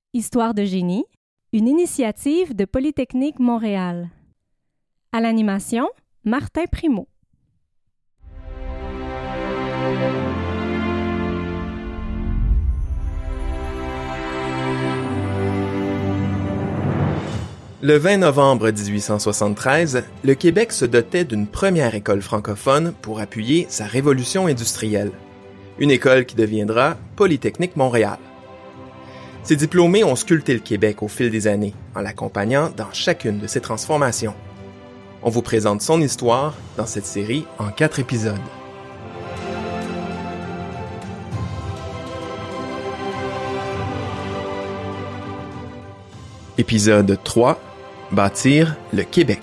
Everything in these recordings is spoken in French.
Histoire de génie, une initiative de Polytechnique Montréal. À l'animation, Martin Primeau. Le 20 novembre 1873, le Québec se dotait d'une première école francophone pour appuyer sa révolution industrielle. Une école qui deviendra Polytechnique Montréal. Ces diplômés ont sculpté le Québec au fil des années, en l'accompagnant dans chacune de ses transformations. On vous présente son histoire dans cette série en 4 épisodes. Épisode 3. Bâtir le Québec.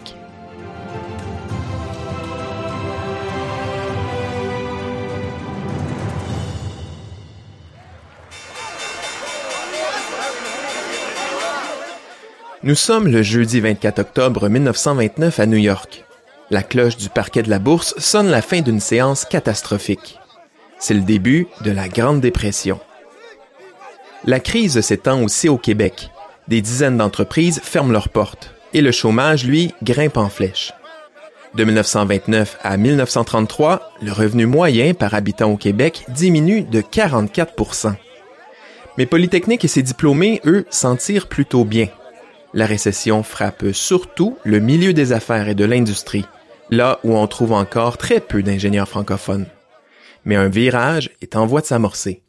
Nous sommes le jeudi 24 octobre 1929 à New York. La cloche du parquet de la Bourse sonne la fin d'une séance catastrophique. C'est le début de la Grande Dépression. La crise s'étend aussi au Québec. Des dizaines d'entreprises ferment leurs portes et le chômage, lui, grimpe en flèche. De 1929 à 1933, le revenu moyen par habitant au Québec diminue de 44%. Mais Polytechnique et ses diplômés, eux, s'en tirent plutôt bien. La récession frappe surtout le milieu des affaires et de l'industrie, là où on trouve encore très peu d'ingénieurs francophones. Mais un virage est en voie de s'amorcer.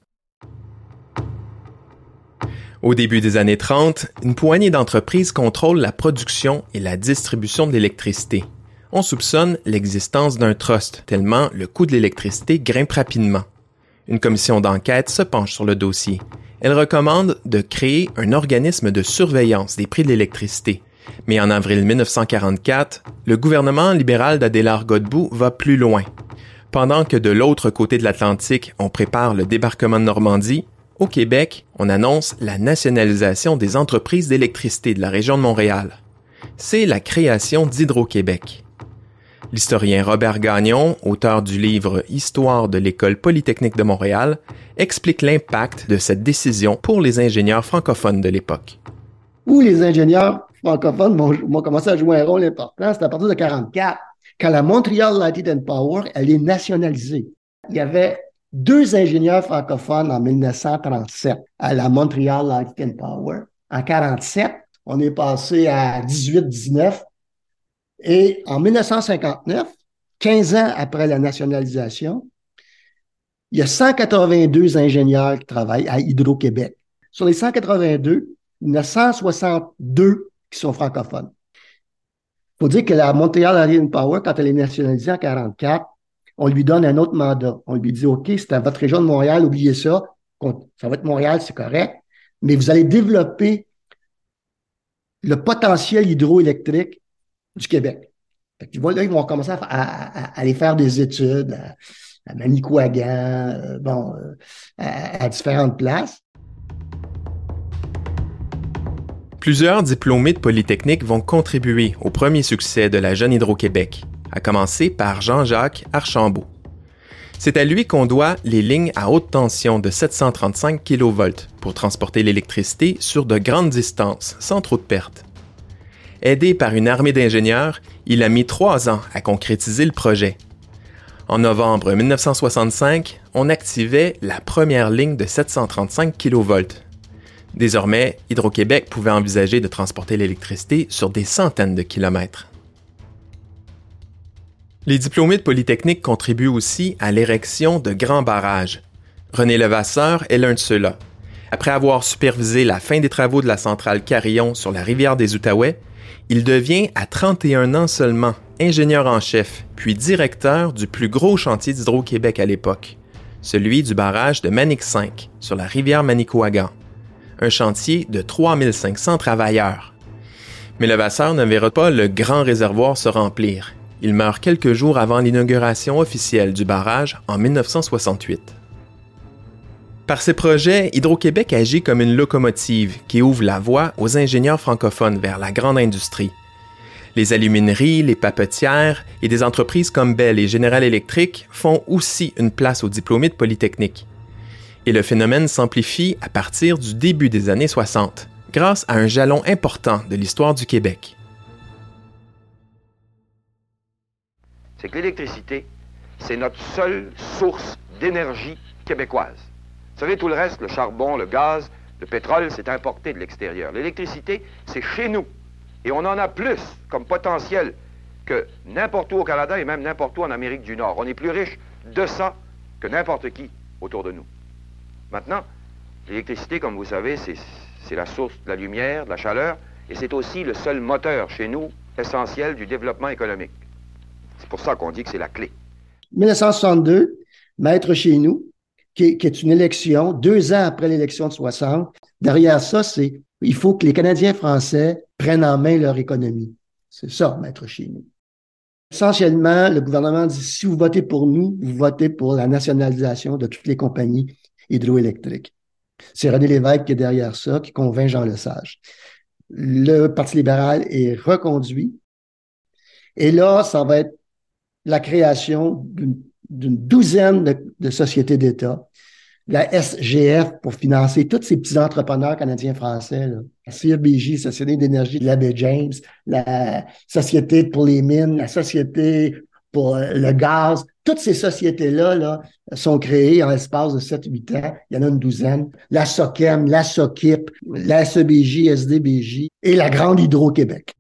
Au début des années 30, une poignée d'entreprises contrôle la production et la distribution de l'électricité. On soupçonne l'existence d'un trust, tellement le coût de l'électricité grimpe rapidement. Une commission d'enquête se penche sur le dossier. Elle recommande de créer un organisme de surveillance des prix de l'électricité. Mais en avril 1944, le gouvernement libéral d'Adélard Godbout va plus loin. Pendant que de l'autre côté de l'Atlantique, on prépare le débarquement de Normandie, au Québec, on annonce la nationalisation des entreprises d'électricité de la région de Montréal. C'est la création d'Hydro-Québec. L'historien Robert Gagnon, auteur du livre « Histoire de l'École polytechnique de Montréal », explique l'impact de cette décision pour les ingénieurs francophones de l'époque. Où les ingénieurs francophones vont commencer à jouer un rôle important, c'est à partir de 1944, quand la Montreal Light and Power, elle est nationalisée. Il y avait 2 ingénieurs francophones en 1937 à la Montreal Light and Power. En 1947, on est passé à 18-19. Et en 1959, 15 ans après la nationalisation, il y a 182 ingénieurs qui travaillent à Hydro-Québec. Sur les 182, il y en a 162 qui sont francophones. Il faut dire que la Montreal Light and Power, quand elle est nationalisée en 1944, on lui donne un autre mandat. On lui dit, OK, c'est à votre région de Montréal, oubliez ça. Ça va être Montréal, c'est correct. Mais vous allez développer le potentiel hydroélectrique du Québec. Fait que, là, ils vont commencer à aller faire des études à Manicouagan, à différentes places. Plusieurs diplômés de Polytechnique vont contribuer au premier succès de la jeune Hydro-Québec, à commencer par Jean-Jacques Archambault. C'est à lui qu'on doit les lignes à haute tension de 735 kV pour transporter l'électricité sur de grandes distances, sans trop de pertes. Aidé par une armée d'ingénieurs, il a mis 3 ans à concrétiser le projet. En novembre 1965, on activait la première ligne de 735 kV. Désormais, Hydro-Québec pouvait envisager de transporter l'électricité sur des centaines de kilomètres. Les diplômés de Polytechnique contribuent aussi à l'érection de grands barrages. René Levasseur est l'un de ceux-là. Après avoir supervisé la fin des travaux de la centrale Carillon sur la rivière des Outaouais, il devient à 31 ans seulement ingénieur en chef, puis directeur du plus gros chantier d'Hydro-Québec à l'époque, celui du barrage de Manic 5 sur la rivière Manicouagan. Un chantier de 3500 travailleurs. Mais Levasseur ne verra pas le grand réservoir se remplir. Il meurt quelques jours avant l'inauguration officielle du barrage en 1968. Par ses projets, Hydro-Québec agit comme une locomotive qui ouvre la voie aux ingénieurs francophones vers la grande industrie. Les alumineries, les papetières et des entreprises comme Bell et General Electric font aussi une place aux diplômés de Polytechnique. Et le phénomène s'amplifie à partir du début des années 60, grâce à un jalon important de l'histoire du Québec. C'est que l'électricité, c'est notre seule source d'énergie québécoise. Vous savez, tout le reste, le charbon, le gaz, le pétrole, c'est importé de l'extérieur. L'électricité, c'est chez nous. Et on en a plus comme potentiel que n'importe où au Canada et même n'importe où en Amérique du Nord. On est plus riche de ça que n'importe qui autour de nous. Maintenant, l'électricité, comme vous savez, c'est la source de la lumière, de la chaleur, et c'est aussi le seul moteur chez nous essentiel du développement économique. C'est pour ça qu'on dit que c'est la clé. 1962, Maître chez nous, qui est une élection, 2 ans après l'élection de 60. Derrière ça, il faut que les Canadiens français prennent en main leur économie. C'est ça, Maître chez nous. Essentiellement, le gouvernement dit, si vous votez pour nous, vous votez pour la nationalisation de toutes les compagnies hydroélectriques. C'est René Lévesque qui est derrière ça, qui convainc Jean Lesage. Le Parti libéral est reconduit. Et là, ça va être la création d'une douzaine de sociétés d'État, la SGF pour financer tous ces petits entrepreneurs canadiens-français, là. La CIBJ, Société d'énergie de la baie James, la Société pour les mines, la Société pour le gaz. Toutes ces sociétés-là là, sont créées en l'espace de 7-8 ans. Il y en a une douzaine. La SOCEM, la SOCIP, la SEBJ, SDBJ et la Grande Hydro-Québec.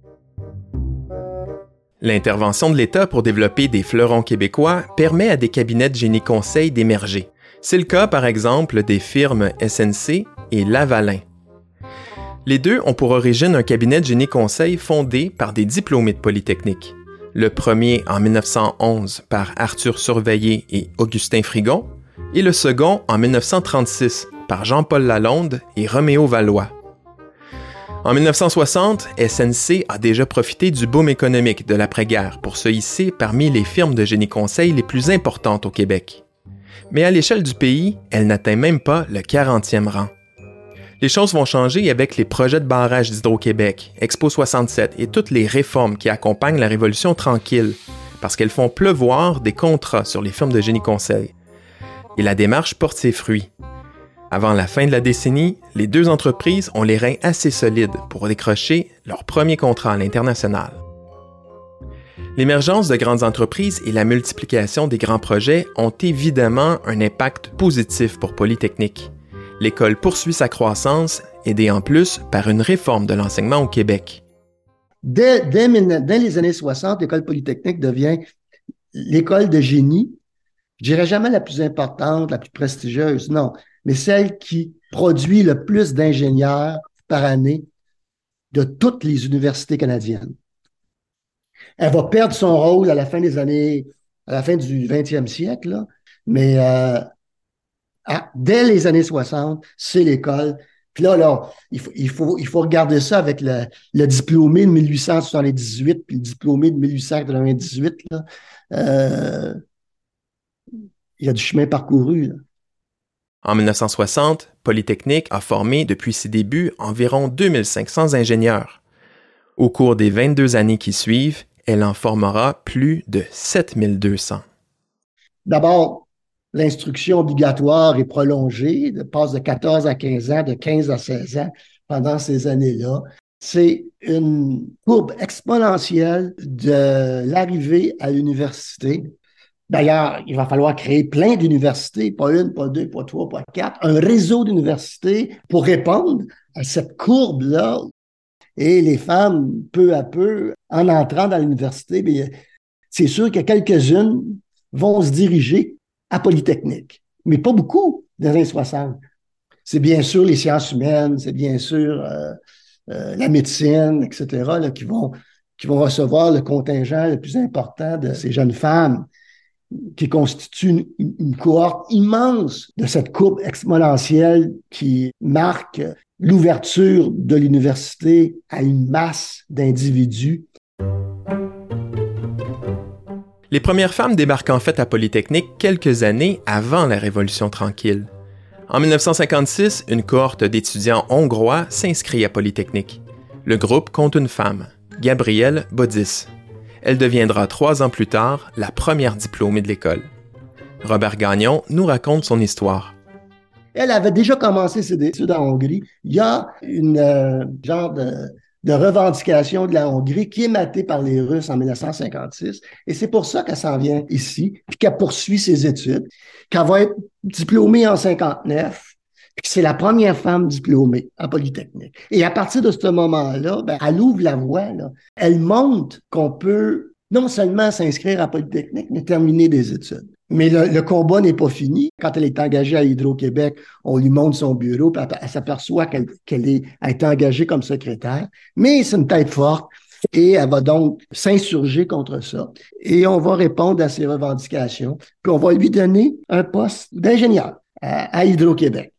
L'intervention de l'État pour développer des fleurons québécois permet à des cabinets de génie-conseil d'émerger. C'est le cas, par exemple, des firmes SNC et Lavalin. Les deux ont pour origine un cabinet de génie-conseil fondé par des diplômés de Polytechnique. Le premier en 1911 par Arthur Surveillé et Augustin Frigon, et le second en 1936 par Jean-Paul Lalonde et Roméo Valois. En 1960, SNC a déjà profité du boom économique de l'après-guerre pour se hisser parmi les firmes de génie-conseil les plus importantes au Québec. Mais à l'échelle du pays, elle n'atteint même pas le 40e rang. Les choses vont changer avec les projets de barrage d'Hydro-Québec, Expo 67 et toutes les réformes qui accompagnent la Révolution tranquille, parce qu'elles font pleuvoir des contrats sur les firmes de génie-conseil. Et la démarche porte ses fruits. Avant la fin de la décennie, les deux entreprises ont les reins assez solides pour décrocher leur premier contrat à l'international. L'émergence de grandes entreprises et la multiplication des grands projets ont évidemment un impact positif pour Polytechnique. L'école poursuit sa croissance, aidée en plus par une réforme de l'enseignement au Québec. Dès les années 60, l'école Polytechnique devient l'école de génie. Je dirais jamais la plus importante, la plus prestigieuse, non, mais celle qui produit le plus d'ingénieurs par année de toutes les universités canadiennes. Elle va perdre son rôle à la fin du 20e siècle, là, mais dès les années 60, c'est l'école. Puis là, il faut regarder ça avec le diplômé de 1878 puis le diplômé de 1898. Là. Il y a du chemin parcouru. Là. En 1960, Polytechnique a formé depuis ses débuts environ 2500 ingénieurs. Au cours des 22 années qui suivent, elle en formera plus de 7200. D'abord, l'instruction obligatoire est prolongée, passe de 14 à 15 ans, de 15 à 16 ans pendant ces années-là. C'est une courbe exponentielle de l'arrivée à l'université. D'ailleurs, il va falloir créer plein d'universités, pas une, pas deux, pas trois, pas quatre, un réseau d'universités pour répondre à cette courbe-là. Et les femmes, peu à peu, en entrant dans l'université, bien, c'est sûr que quelques-unes vont se diriger à Polytechnique, mais pas beaucoup dans les années 60. C'est bien sûr les sciences humaines, c'est bien sûr la médecine, etc., là, qui vont recevoir le contingent le plus important de ces jeunes femmes qui constituent une cohorte immense de cette courbe exponentielle qui marque l'ouverture de l'université à une masse d'individus. Les premières femmes débarquent en fait à Polytechnique quelques années avant la Révolution tranquille. En 1956, une cohorte d'étudiants hongrois s'inscrit à Polytechnique. Le groupe compte une femme, Gabrielle Bodis. Elle deviendra 3 ans plus tard la première diplômée de l'école. Robert Gagnon nous raconte son histoire. Elle avait déjà commencé ses études en Hongrie. Il y a une genre de revendication de la Hongrie qui est matée par les Russes en 1956. Et c'est pour ça qu'elle s'en vient ici, puis qu'elle poursuit ses études, qu'elle va être diplômée en 59, puis que c'est la première femme diplômée en Polytechnique. Et à partir de ce moment-là, ben, elle ouvre la voie, là. Elle montre qu'on peut non seulement s'inscrire à Polytechnique, mais terminer des études. Mais le combat n'est pas fini. Quand elle est engagée à Hydro-Québec, on lui montre son bureau, puis elle s'aperçoit qu'elle a été engagée comme secrétaire. Mais c'est une tête forte et elle va donc s'insurger contre ça. Et on va répondre à ses revendications, puis on va lui donner un poste d'ingénieur à Hydro-Québec.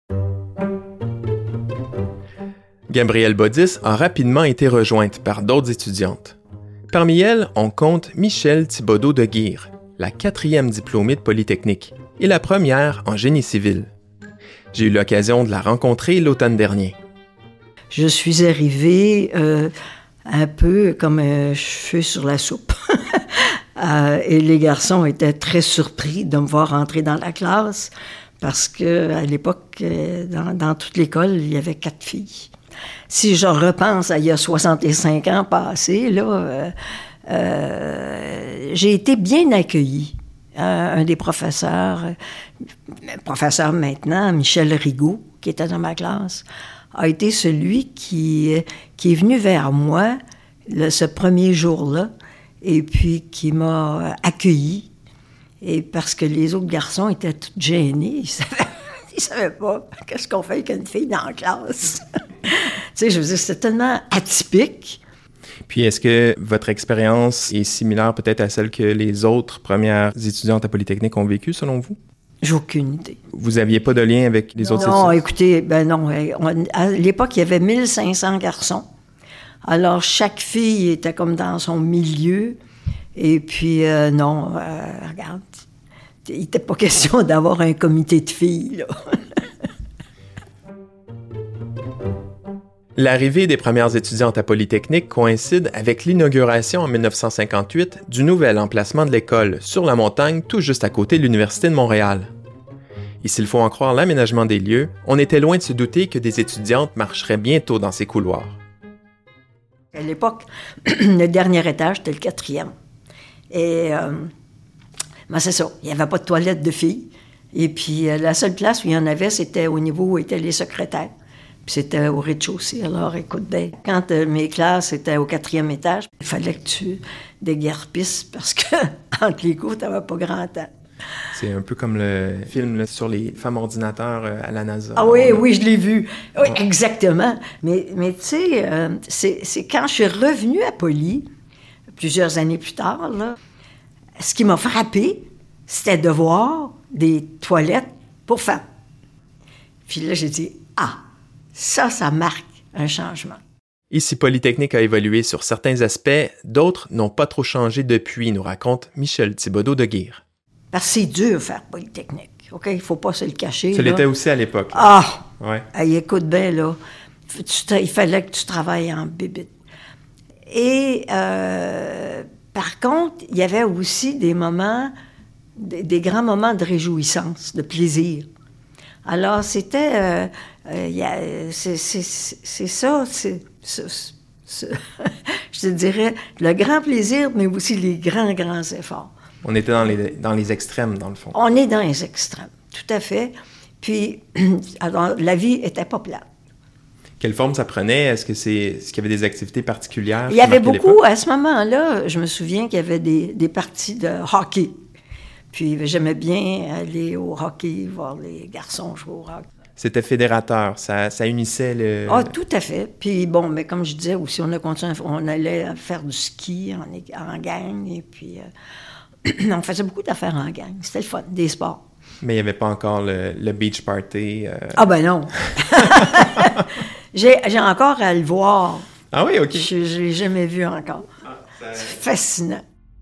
Gabrielle Bodis a rapidement été rejointe par d'autres étudiantes. Parmi elles, on compte Michèle Thibodeau de Guire, la 4e diplômée de Polytechnique et la première en génie civil. J'ai eu l'occasion de la rencontrer l'automne dernier. Je suis arrivée un peu comme un cheveu sur la soupe. Et les garçons étaient très surpris de me voir entrer dans la classe parce qu'à l'époque, dans toute l'école, il y avait 4 filles. Si je repense à il y a 65 ans passés, là, j'ai été bien accueillie. Un des professeur maintenant, Michel Rigaud, qui était dans ma classe, a été celui qui est venu vers moi ce premier jour-là et puis qui m'a accueillie. Et parce que les autres garçons étaient tous gênés, ils savaient pas qu'est-ce qu'on fait avec une fille dans la classe. Tu sais, je veux dire, c'était tellement atypique. Puis est-ce que votre expérience est similaire peut-être à celle que les autres premières étudiantes à Polytechnique ont vécue, selon vous? J'ai aucune idée. Vous n'aviez pas de lien avec les autres étudiants? Non, écoutez, non. À l'époque, il y avait 1500 garçons. Alors, chaque fille était comme dans son milieu. Et puis, non, regarde, il n'était pas question d'avoir un comité de filles, là. L'arrivée des premières étudiantes à Polytechnique coïncide avec l'inauguration en 1958 du nouvel emplacement de l'école sur la montagne tout juste à côté de l'Université de Montréal. Et s'il faut en croire l'aménagement des lieux, on était loin de se douter que des étudiantes marcheraient bientôt dans ces couloirs. À l'époque, le dernier étage, c'était le 4e. Et ben c'est ça, il n'y avait pas de toilette de filles. Et puis la seule place où il y en avait, c'était au niveau où étaient les secrétaires. Puis c'était au rez-de-chaussée. Alors, écoute, ben, quand mes classes étaient au 4e étage, il fallait que tu déguerpisses parce que entre les cours, tu n'avais pas grand temps. C'est un peu comme le film là, sur les femmes ordinateurs à la NASA. Ah oui, je l'ai vu. Oui, exactement. Mais tu sais, c'est quand je suis revenue à Poly, plusieurs années plus tard, là, ce qui m'a frappé, c'était de voir des toilettes pour femmes. Puis là, j'ai dit, ça marque un changement. Ici, Polytechnique a évolué sur certains aspects, d'autres n'ont pas trop changé depuis, nous raconte Michèle Thibodeau de Guire. Parce que c'est dur faire Polytechnique, OK? Il ne faut pas se le cacher. Ça l'était aussi à l'époque. Ouais. Hey, écoute bien, là, il fallait que tu travailles en bibite. Et par contre, il y avait aussi des moments, des grands moments de réjouissance, de plaisir. Alors, c'était... c'est ça, je te dirais, le grand plaisir, mais aussi les grands efforts. On était dans les extrêmes, dans le fond. On est dans les extrêmes, tout à fait. Puis, alors, la vie était pas plate. Quelle forme ça prenait? Est-ce qu'il y avait des activités particulières? Il y avait beaucoup, à ce moment-là, je me souviens qu'il y avait des parties de hockey. Puis j'aimais bien aller au hockey, voir les garçons jouer au hockey. C'était fédérateur, ça unissait le... Ah, tout à fait. Puis bon, mais comme je disais aussi, on allait faire du ski en gang, et puis on faisait beaucoup d'affaires en gang. C'était le fun, des sports. Mais il n'y avait pas encore le beach party. Ah ben non! J'ai encore à le voir. Ah oui, OK. Je ne l'ai jamais vu encore. C'est fascinant.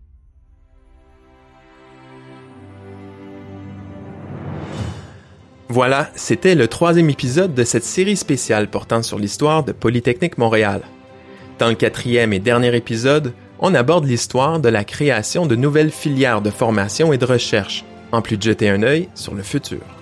Voilà, c'était le 3e épisode de cette série spéciale portant sur l'histoire de Polytechnique Montréal. Dans le 4e et dernier épisode, on aborde l'histoire de la création de nouvelles filières de formation et de recherche, en plus de jeter un œil sur le futur.